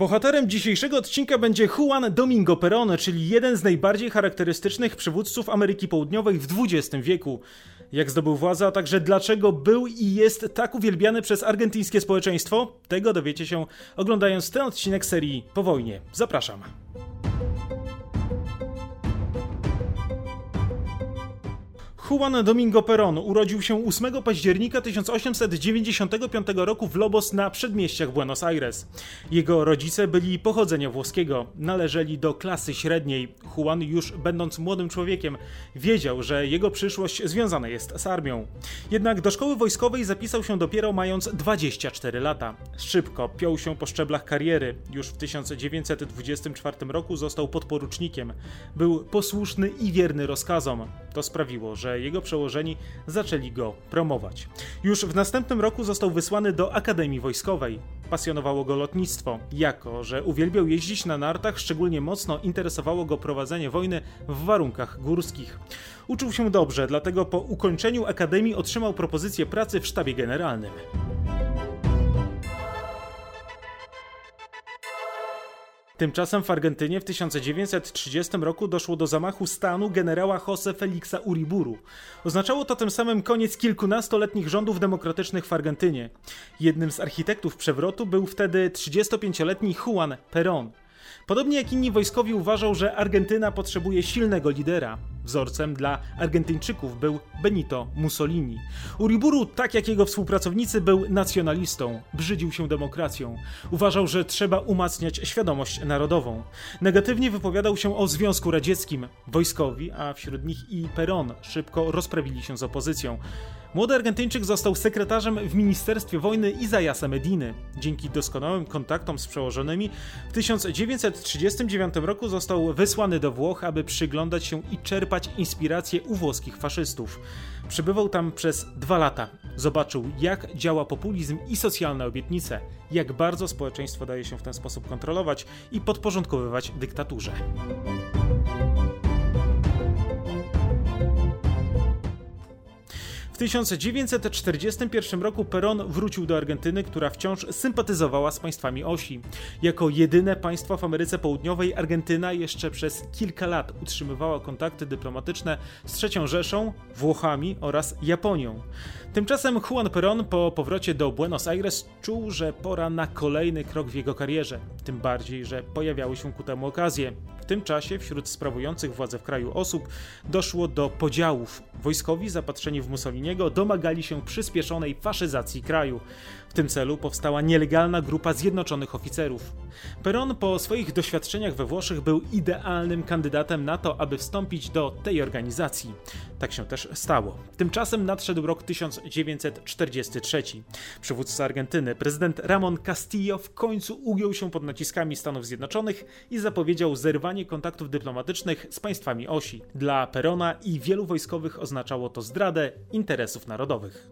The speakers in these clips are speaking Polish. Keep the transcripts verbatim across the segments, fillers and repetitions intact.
Bohaterem dzisiejszego odcinka będzie Juan Domingo Perón, czyli jeden z najbardziej charakterystycznych przywódców Ameryki Południowej w dwudziestym wieku. Jak zdobył władzę, a także dlaczego był i jest tak uwielbiany przez argentyńskie społeczeństwo, tego dowiecie się oglądając ten odcinek serii Po wojnie. Zapraszam. Juan Domingo Perón urodził się ósmego października tysiąc osiemset dziewięćdziesiątego piątego roku w Lobos na przedmieściach Buenos Aires. Jego rodzice byli pochodzenia włoskiego, należeli do klasy średniej. Juan, już będąc młodym człowiekiem, wiedział, że jego przyszłość związana jest z armią. Jednak do szkoły wojskowej zapisał się dopiero mając dwadzieścia cztery lata. Szybko piął się po szczeblach kariery. Już w tysiąc dziewięćset dwudziestym czwartym roku został podporucznikiem. Był posłuszny i wierny rozkazom. To sprawiło, że jego przełożeni zaczęli go promować. Już w następnym roku został wysłany do Akademii Wojskowej. Pasjonowało go lotnictwo. Jako że uwielbiał jeździć na nartach, szczególnie mocno interesowało go prowadzenie wojny w warunkach górskich. Uczył się dobrze, dlatego po ukończeniu Akademii otrzymał propozycję pracy w sztabie generalnym. Tymczasem w Argentynie w tysiąc dziewięćset trzydziestym roku doszło do zamachu stanu generała José Felixa Uriburu. Oznaczało to tym samym koniec kilkunastoletnich rządów demokratycznych w Argentynie. Jednym z architektów przewrotu był wtedy trzydziestopięcioletni Juan Perón. Podobnie jak inni wojskowi uważał, że Argentyna potrzebuje silnego lidera. Wzorcem dla Argentyńczyków był Benito Mussolini. Uriburu, tak jak jego współpracownicy, był nacjonalistą, brzydził się demokracją. Uważał, że trzeba umacniać świadomość narodową. Negatywnie wypowiadał się o Związku Radzieckim. Wojskowi, a wśród nich i Perón, szybko rozprawili się z opozycją. Młody Argentyńczyk został sekretarzem w Ministerstwie Wojny Isaiasa Mediny. Dzięki doskonałym kontaktom z przełożonymi w tysiąc dziewięćset trzydziestym dziewiątym roku został wysłany do Włoch, aby przyglądać się i czerpać inspirację u włoskich faszystów. Przebywał tam przez dwa lata. Zobaczył, jak działa populizm i socjalne obietnice, jak bardzo społeczeństwo daje się w ten sposób kontrolować i podporządkowywać dyktaturze. W tysiąc dziewięćset czterdziestym pierwszym roku Perón wrócił do Argentyny, która wciąż sympatyzowała z państwami osi. Jako jedyne państwo w Ameryce Południowej Argentyna jeszcze przez kilka lat utrzymywała kontakty dyplomatyczne z trzecią Rzeszą, Włochami oraz Japonią. Tymczasem Juan Perón po powrocie do Buenos Aires czuł, że pora na kolejny krok w jego karierze. Tym bardziej, że pojawiały się ku temu okazje. W tym czasie wśród sprawujących władzę w kraju osób doszło do podziałów. Wojskowi zapatrzeni w Mussoliniego domagali się przyspieszonej faszyzacji kraju. W tym celu powstała nielegalna grupa zjednoczonych oficerów. Perón po swoich doświadczeniach we Włoszech był idealnym kandydatem na to, aby wstąpić do tej organizacji. Tak się też stało. Tymczasem nadszedł rok tysiąc dziewięćset czterdziesty trzeci. Przywódca Argentyny, prezydent Ramón Castillo, w końcu ugiął się pod naciskami Stanów Zjednoczonych i zapowiedział zerwanie kontaktów dyplomatycznych z państwami osi. Dla Perona i wielu wojskowych oznaczało to zdradę interesów narodowych.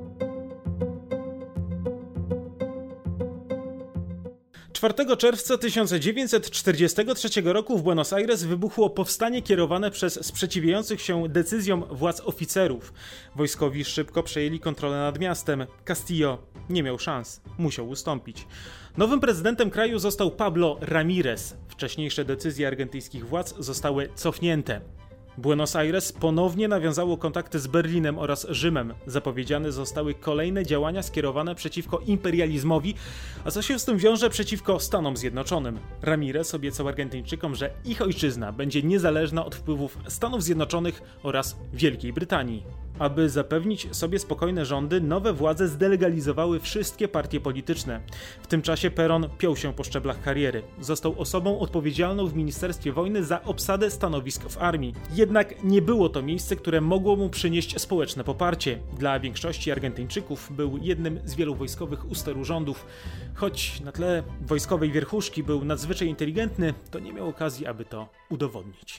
czwartego czerwca tysiąc dziewięćset czterdziestego trzeciego roku w Buenos Aires wybuchło powstanie kierowane przez sprzeciwiających się decyzjom władz oficerów. Wojskowi szybko przejęli kontrolę nad miastem. Castillo nie miał szans, musiał ustąpić. Nowym prezydentem kraju został Pablo Ramírez. Wcześniejsze decyzje argentyńskich władz zostały cofnięte. Buenos Aires ponownie nawiązało kontakty z Berlinem oraz Rzymem. Zapowiedziane zostały kolejne działania skierowane przeciwko imperializmowi, a co się z tym wiąże, przeciwko Stanom Zjednoczonym. Ramírez obiecał Argentyńczykom, że ich ojczyzna będzie niezależna od wpływów Stanów Zjednoczonych oraz Wielkiej Brytanii. Aby zapewnić sobie spokojne rządy, nowe władze zdelegalizowały wszystkie partie polityczne. W tym czasie Perón piął się po szczeblach kariery. Został osobą odpowiedzialną w Ministerstwie Wojny za obsadę stanowisk w armii. Jednak nie było to miejsce, które mogło mu przynieść społeczne poparcie. Dla większości Argentyńczyków był jednym z wielu wojskowych u steru rządów. Choć na tle wojskowej wierchuszki był nadzwyczaj inteligentny, to nie miał okazji, aby to udowodnić.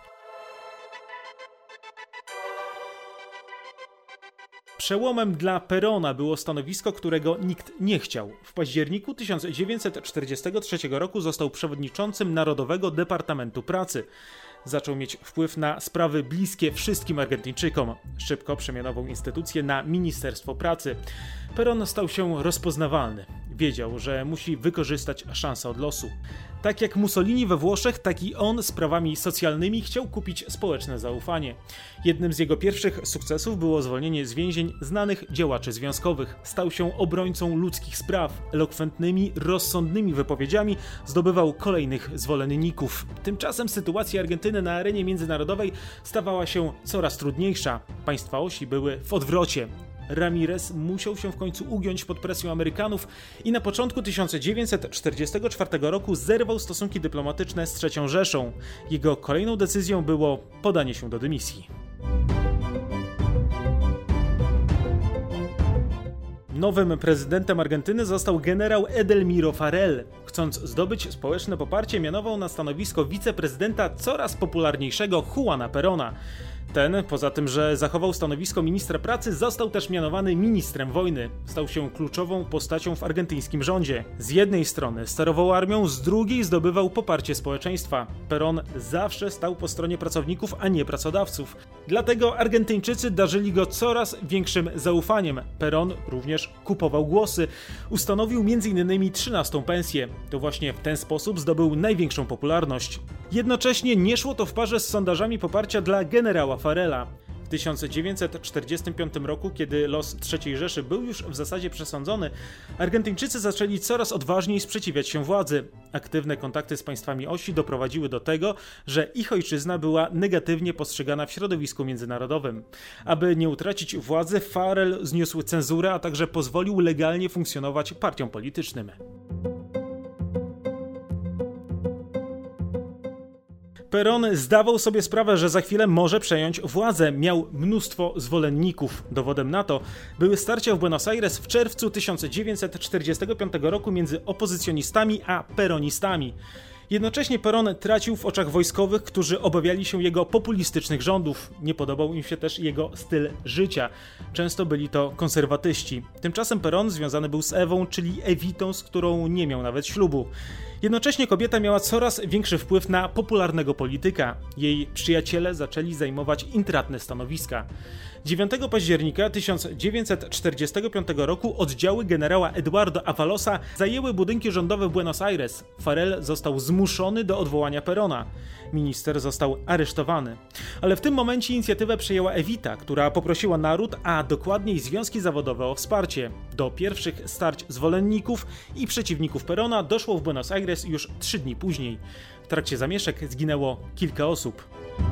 Przełomem dla Perona było stanowisko, którego nikt nie chciał. W październiku tysiąc dziewięćset czterdziestego trzeciego roku został przewodniczącym Narodowego Departamentu Pracy. Zaczął mieć wpływ na sprawy bliskie wszystkim Argentyńczykom. Szybko przemianował instytucję na Ministerstwo Pracy. Perón stał się rozpoznawalny. wiedział, że musi wykorzystać szansę od losu. Tak jak Mussolini we Włoszech, tak i on sprawami socjalnymi chciał kupić społeczne zaufanie. Jednym z jego pierwszych sukcesów było zwolnienie z więzień znanych działaczy związkowych. Stał się obrońcą ludzkich spraw. Elokwentnymi, rozsądnymi wypowiedziami zdobywał kolejnych zwolenników. Tymczasem sytuacja Argentyny na arenie międzynarodowej stawała się coraz trudniejsza. Państwa osi były w odwrocie. Ramirez musiał się w końcu ugiąć pod presją Amerykanów i na początku tysiąc dziewięćset czterdziestego czwartego roku zerwał stosunki dyplomatyczne z trzecią Rzeszą. Jego kolejną decyzją było podanie się do dymisji. Nowym prezydentem Argentyny został generał Edelmiro Farrell. Chcąc zdobyć społeczne poparcie, mianował na stanowisko wiceprezydenta coraz popularniejszego Juana Perona. Ten, poza tym, że zachował stanowisko ministra pracy, został też mianowany ministrem wojny. Stał się kluczową postacią w argentyńskim rządzie. Z jednej strony sterował armią, z drugiej zdobywał poparcie społeczeństwa. Perón zawsze stał po stronie pracowników, a nie pracodawców. Dlatego Argentyńczycy darzyli go coraz większym zaufaniem. Perón również kupował głosy. Ustanowił między innymi trzynastą pensję. To właśnie w ten sposób zdobył największą popularność. Jednocześnie nie szło to w parze z sondażami poparcia dla generała Farrella. W tysiąc dziewięćset czterdziestym piątym roku, kiedy los trzeciej Rzeszy był już w zasadzie przesądzony, Argentyńczycy zaczęli coraz odważniej sprzeciwiać się władzy. Aktywne kontakty z państwami osi doprowadziły do tego, że ich ojczyzna była negatywnie postrzegana w środowisku międzynarodowym. Aby nie utracić władzy, Farrell zniósł cenzurę, a także pozwolił legalnie funkcjonować partiom politycznym. Perón zdawał sobie sprawę, że za chwilę może przejąć władzę. Miał mnóstwo zwolenników. Dowodem na to były starcia w Buenos Aires w czerwcu tysiąc dziewięćset czterdziestego piątego roku między opozycjonistami a peronistami. Jednocześnie Perón tracił w oczach wojskowych, którzy obawiali się jego populistycznych rządów. Nie podobał im się też jego styl życia. Często byli to konserwatyści. Tymczasem Perón związany był z Ewą, czyli Evitą, z którą nie miał nawet ślubu. Jednocześnie kobieta miała coraz większy wpływ na popularnego polityka. Jej przyjaciele zaczęli zajmować intratne stanowiska. dziewiątego października tysiąc dziewięćset czterdziestego piątego roku oddziały generała Eduardo Avalosa zajęły budynki rządowe w Buenos Aires. Farrell został zmuszony do odwołania Perona. Minister został aresztowany. Ale w tym momencie inicjatywę przejęła Evita, która poprosiła naród, a dokładniej związki zawodowe o wsparcie. Do pierwszych starć zwolenników i przeciwników Perona doszło w Buenos Aires już trzy dni później. W trakcie zamieszek zginęło kilka osób.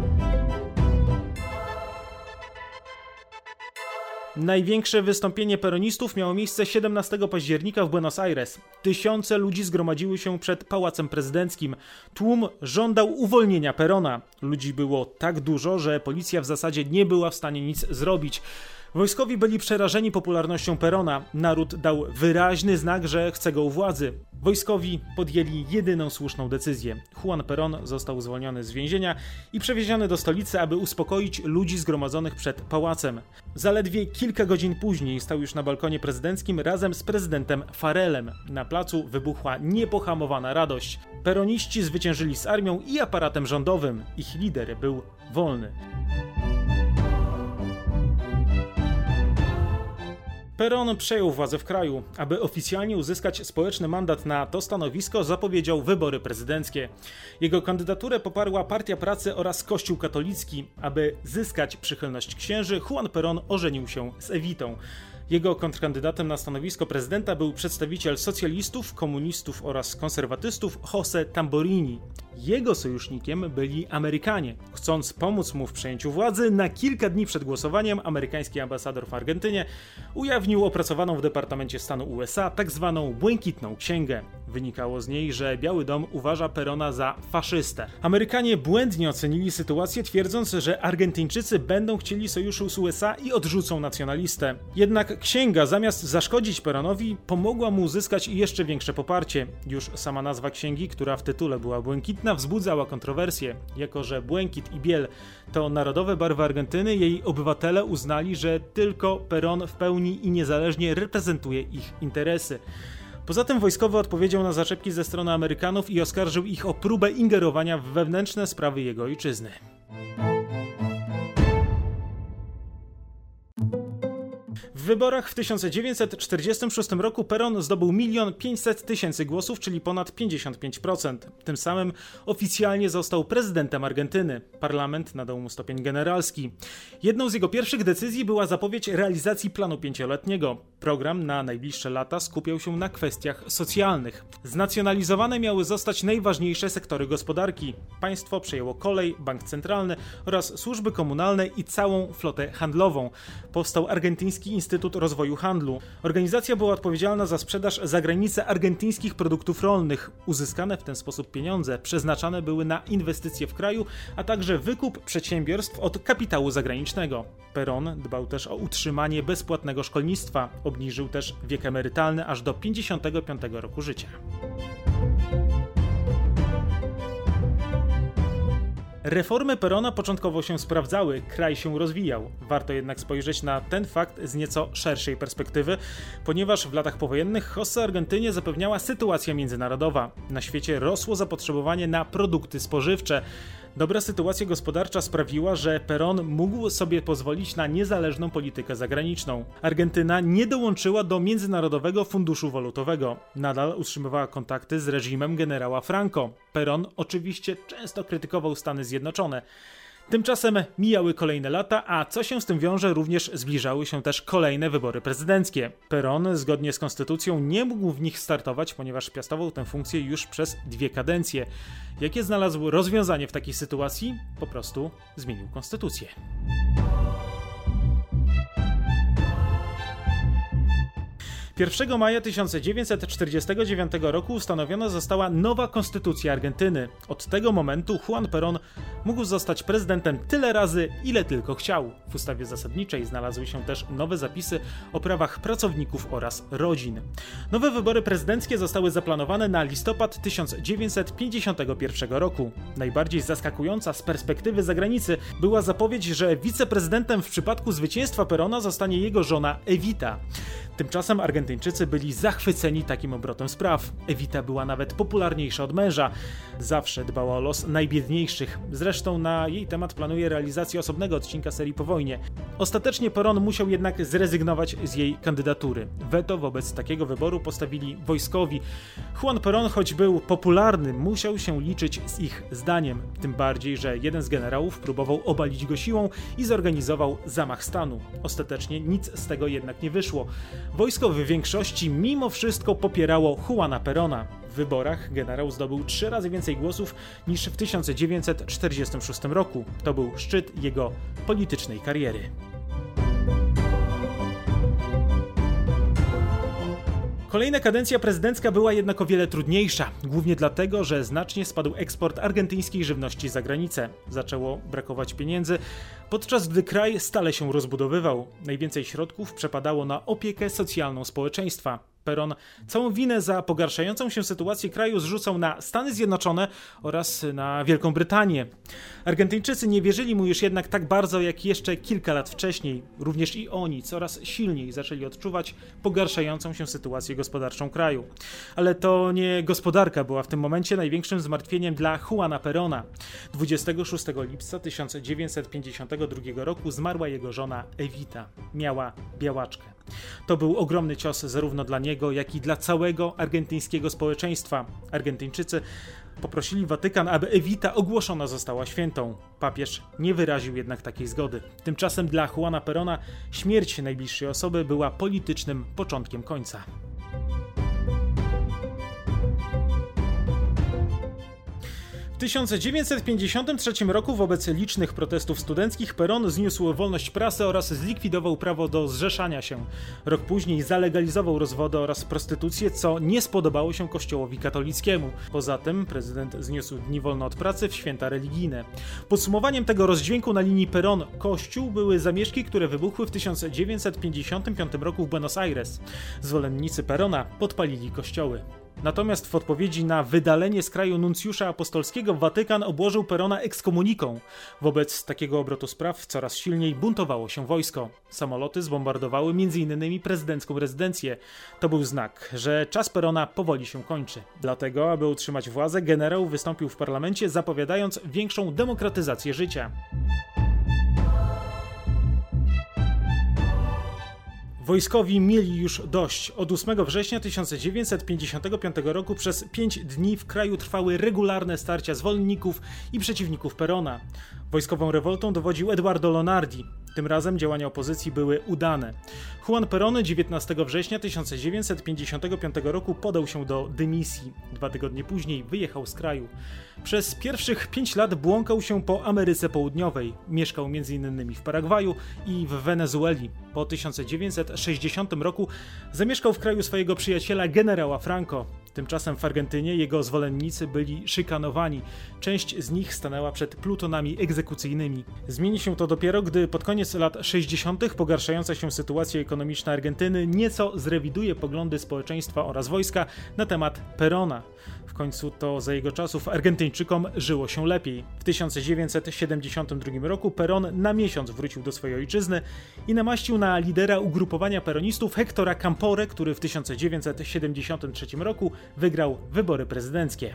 Największe wystąpienie peronistów miało miejsce siedemnastego października w Buenos Aires. Tysiące ludzi zgromadziły się przed Pałacem Prezydenckim. Tłum żądał uwolnienia Perona. Ludzi było tak dużo, że policja w zasadzie nie była w stanie nic zrobić. Wojskowi byli przerażeni popularnością Perona. Naród dał wyraźny znak, że chce go u władzy. Wojskowi podjęli jedyną słuszną decyzję. Juan Perón został zwolniony z więzienia i przewieziony do stolicy, aby uspokoić ludzi zgromadzonych przed pałacem. Zaledwie kilka godzin później stał już na balkonie prezydenckim razem z prezydentem Farrellem. Na placu wybuchła niepohamowana radość. Peroniści zwyciężyli z armią i aparatem rządowym. Ich lider był wolny. Perón przejął władzę w kraju. Aby oficjalnie uzyskać społeczny mandat na to stanowisko, zapowiedział wybory prezydenckie. Jego kandydaturę poparła Partia Pracy oraz Kościół katolicki. Aby zyskać przychylność księży, Juan Perón ożenił się z Evitą. Jego kontrkandydatem na stanowisko prezydenta był przedstawiciel socjalistów, komunistów oraz konserwatystów José Tamborini. Jego sojusznikiem byli Amerykanie. Chcąc pomóc mu w przejęciu władzy, na kilka dni przed głosowaniem amerykański ambasador w Argentynie ujawnił opracowaną w Departamencie Stanu U S A tak zwaną Błękitną Księgę. Wynikało z niej, że Biały Dom uważa Perona za faszystę. Amerykanie błędnie ocenili sytuację, twierdząc, że Argentyńczycy będą chcieli sojuszu z U S A i odrzucą nacjonalistę. Jednak księga, zamiast zaszkodzić Peronowi, pomogła mu uzyskać jeszcze większe poparcie. Już sama nazwa księgi, która w tytule była błękitna, wzbudzała kontrowersje. Jako że błękit i biel to narodowe barwy Argentyny, jej obywatele uznali, że tylko Perón w pełni i niezależnie reprezentuje ich interesy. Poza tym wojskowy odpowiedział na zaczepki ze strony Amerykanów i oskarżył ich o próbę ingerowania w wewnętrzne sprawy jego ojczyzny. W wyborach w tysiąc dziewięćset czterdziestym szóstym roku Perón zdobył milion pięćset tysięcy głosów, czyli ponad pięćdziesiąt pięć procent. Tym samym oficjalnie został prezydentem Argentyny. Parlament nadał mu stopień generalski. Jedną z jego pierwszych decyzji była zapowiedź realizacji planu pięcioletniego. Program na najbliższe lata skupiał się na kwestiach socjalnych. Znacjonalizowane miały zostać najważniejsze sektory gospodarki. Państwo przejęło kolej, bank centralny oraz służby komunalne i całą flotę handlową. Powstał Argentyński Instytut Rozwoju Handlu. Organizacja była odpowiedzialna za sprzedaż za granicę argentyńskich produktów rolnych. Uzyskane w ten sposób pieniądze przeznaczane były na inwestycje w kraju, a także wykup przedsiębiorstw od kapitału zagranicznego. Perón dbał też o utrzymanie bezpłatnego szkolnictwa. Obniżył też wiek emerytalny aż do pięćdziesiątego piątego roku życia. Reformy Perona początkowo się sprawdzały, kraj się rozwijał. Warto jednak spojrzeć na ten fakt z nieco szerszej perspektywy, ponieważ w latach powojennych hossę Argentynie zapewniała sytuacja międzynarodowa. Na świecie rosło zapotrzebowanie na produkty spożywcze. Dobra sytuacja gospodarcza sprawiła, że Perón mógł sobie pozwolić na niezależną politykę zagraniczną. Argentyna nie dołączyła do Międzynarodowego Funduszu Walutowego. Nadal utrzymywała kontakty z reżimem generała Franco. Perón oczywiście często krytykował Stany Zjednoczone. Tymczasem mijały kolejne lata, a co się z tym wiąże, również zbliżały się też kolejne wybory prezydenckie. Perón zgodnie z konstytucją nie mógł w nich startować, ponieważ piastował tę funkcję już przez dwie kadencje. Jakie znalazł rozwiązanie w takiej sytuacji? Po prostu zmienił konstytucję. pierwszego maja tysiąc dziewięćset czterdziestego dziewiątego roku ustanowiona została nowa konstytucja Argentyny. Od tego momentu Juan Perón mógł zostać prezydentem tyle razy, ile tylko chciał. W ustawie zasadniczej znalazły się też nowe zapisy o prawach pracowników oraz rodzin. Nowe wybory prezydenckie zostały zaplanowane na listopad tysiąc dziewięćset pięćdziesiątego pierwszego roku. Najbardziej zaskakująca z perspektywy zagranicy była zapowiedź, że wiceprezydentem w przypadku zwycięstwa Perona zostanie jego żona Evita. Tymczasem Argentyńczycy byli zachwyceni takim obrotem spraw. Evita była nawet popularniejsza od męża. Zawsze dbała o los najbiedniejszych. Zresztą na jej temat planuje realizację osobnego odcinka serii po wojnie. Ostatecznie Perón musiał jednak zrezygnować z jej kandydatury. Weto wobec takiego wyboru postawili wojskowi. Juan Perón, choć był popularny, musiał się liczyć z ich zdaniem. Tym bardziej, że jeden z generałów próbował obalić go siłą i zorganizował zamach stanu. Ostatecznie nic z tego jednak nie wyszło. Wojsko w większości mimo wszystko popierało Juana Perona. W wyborach generał zdobył trzy razy więcej głosów niż w tysiąc dziewięćset czterdziestym szóstym roku. To był szczyt jego politycznej kariery. Kolejna kadencja prezydencka była jednak o wiele trudniejsza, głównie dlatego, że znacznie spadł eksport argentyńskiej żywności za granicę. Zaczęło brakować pieniędzy, podczas gdy kraj stale się rozbudowywał. Najwięcej środków przepadało na opiekę socjalną społeczeństwa. Perón całą winę za pogarszającą się sytuację kraju zrzucał na Stany Zjednoczone oraz na Wielką Brytanię. Argentyńczycy nie wierzyli mu już jednak tak bardzo jak jeszcze kilka lat wcześniej. Również i oni coraz silniej zaczęli odczuwać pogarszającą się sytuację gospodarczą kraju. Ale to nie gospodarka była w tym momencie największym zmartwieniem dla Juana Perona. dwudziestego szóstego lipca tysiąc dziewięćset pięćdziesiątego drugiego roku zmarła jego żona Evita. Miała białaczkę. To był ogromny cios zarówno dla niego, jak i dla całego argentyńskiego społeczeństwa. Argentyńczycy poprosili Watykan, aby Evita ogłoszona została świętą. Papież nie wyraził jednak takiej zgody. Tymczasem dla Juana Perona śmierć najbliższej osoby była politycznym początkiem końca. W tysiąc dziewięćset pięćdziesiątym trzecim roku wobec licznych protestów studenckich Perón zniósł wolność prasy oraz zlikwidował prawo do zrzeszania się. Rok później zalegalizował rozwody oraz prostytucję, co nie spodobało się Kościołowi katolickiemu. Poza tym prezydent zniósł dni wolne od pracy w święta religijne. Podsumowaniem tego rozdźwięku na linii Perón-Kościół były zamieszki, które wybuchły w tysiąc dziewięćset pięćdziesiątym piątym roku w Buenos Aires. Zwolennicy Perona podpalili kościoły. Natomiast w odpowiedzi na wydalenie z kraju nuncjusza apostolskiego Watykan obłożył Perona ekskomuniką. Wobec takiego obrotu spraw coraz silniej buntowało się wojsko. Samoloty zbombardowały między innymi prezydencką rezydencję. To był znak, że czas Perona powoli się kończy. Dlatego, aby utrzymać władzę, generał wystąpił w parlamencie, zapowiadając większą demokratyzację życia. Wojskowi mieli już dość. Od ósmego września tysiąc dziewięćset pięćdziesiątego piątego roku przez pięć dni w kraju trwały regularne starcia zwolenników i przeciwników Perona. Wojskową rewoltą dowodził Eduardo Lonardi. Tym razem działania opozycji były udane. Juan Perón dziewiętnastego września tysiąc dziewięćset pięćdziesiątego piątego roku podał się do dymisji. Dwa tygodnie później wyjechał z kraju. Przez pierwszych pięć lat błąkał się po Ameryce Południowej. Mieszkał między innymi w Paragwaju i w Wenezueli. Po tysiąc dziewięćset sześćdziesiątym roku zamieszkał w kraju swojego przyjaciela generała Franco. Tymczasem w Argentynie jego zwolennicy byli szykanowani. Część z nich stanęła przed plutonami egzekucyjnymi. Zmieni się to dopiero, gdy pod koniec lat sześćdziesiątych pogarszająca się sytuacja ekonomiczna Argentyny nieco zrewiduje poglądy społeczeństwa oraz wojska na temat Perona. W końcu to za jego czasów Argentyńczykom żyło się lepiej. W tysiąc dziewięćset siedemdziesiątym drugim roku Perón na miesiąc wrócił do swojej ojczyzny i namaścił na lidera ugrupowania peronistów Hectora Camporę, który w tysiąc dziewięćset siedemdziesiątym trzecim roku wygrał wybory prezydenckie.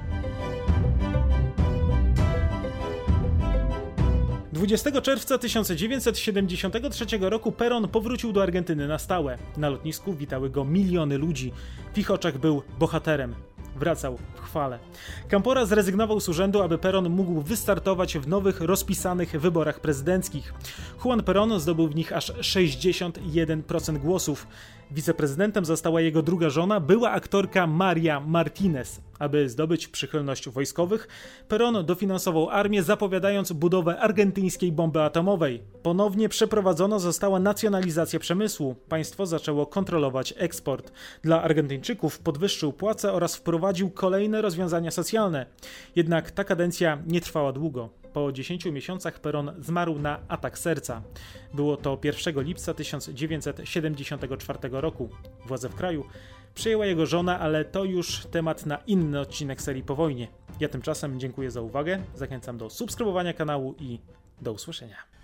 dwudziestego czerwca tysiąc dziewięćset siedemdziesiątego trzeciego roku Perón powrócił do Argentyny na stałe. Na lotnisku witały go miliony ludzi. W ich oczach był bohaterem. Wracał w chwale. Campora zrezygnował z urzędu, aby Perón mógł wystartować w nowych, rozpisanych wyborach prezydenckich. Juan Perón zdobył w nich aż sześćdziesiąt jeden procent głosów. Wiceprezydentem została jego druga żona, była aktorka Maria Martinez. Aby zdobyć przychylność wojskowych, Perón dofinansował armię, zapowiadając budowę argentyńskiej bomby atomowej. Ponownie przeprowadzona została nacjonalizacja przemysłu. Państwo zaczęło kontrolować eksport. Dla Argentyńczyków podwyższył płace oraz wprowadził kolejne rozwiązania socjalne. Jednak ta kadencja nie trwała długo. Po dziesięciu miesiącach Perón zmarł na atak serca. Było to pierwszego lipca tysiąc dziewięćset siedemdziesiątego czwartego roku. Władzę w kraju przejęła jego żona, ale to już temat na inny odcinek serii Po wojnie. Ja tymczasem dziękuję za uwagę, zachęcam do subskrybowania kanału i do usłyszenia.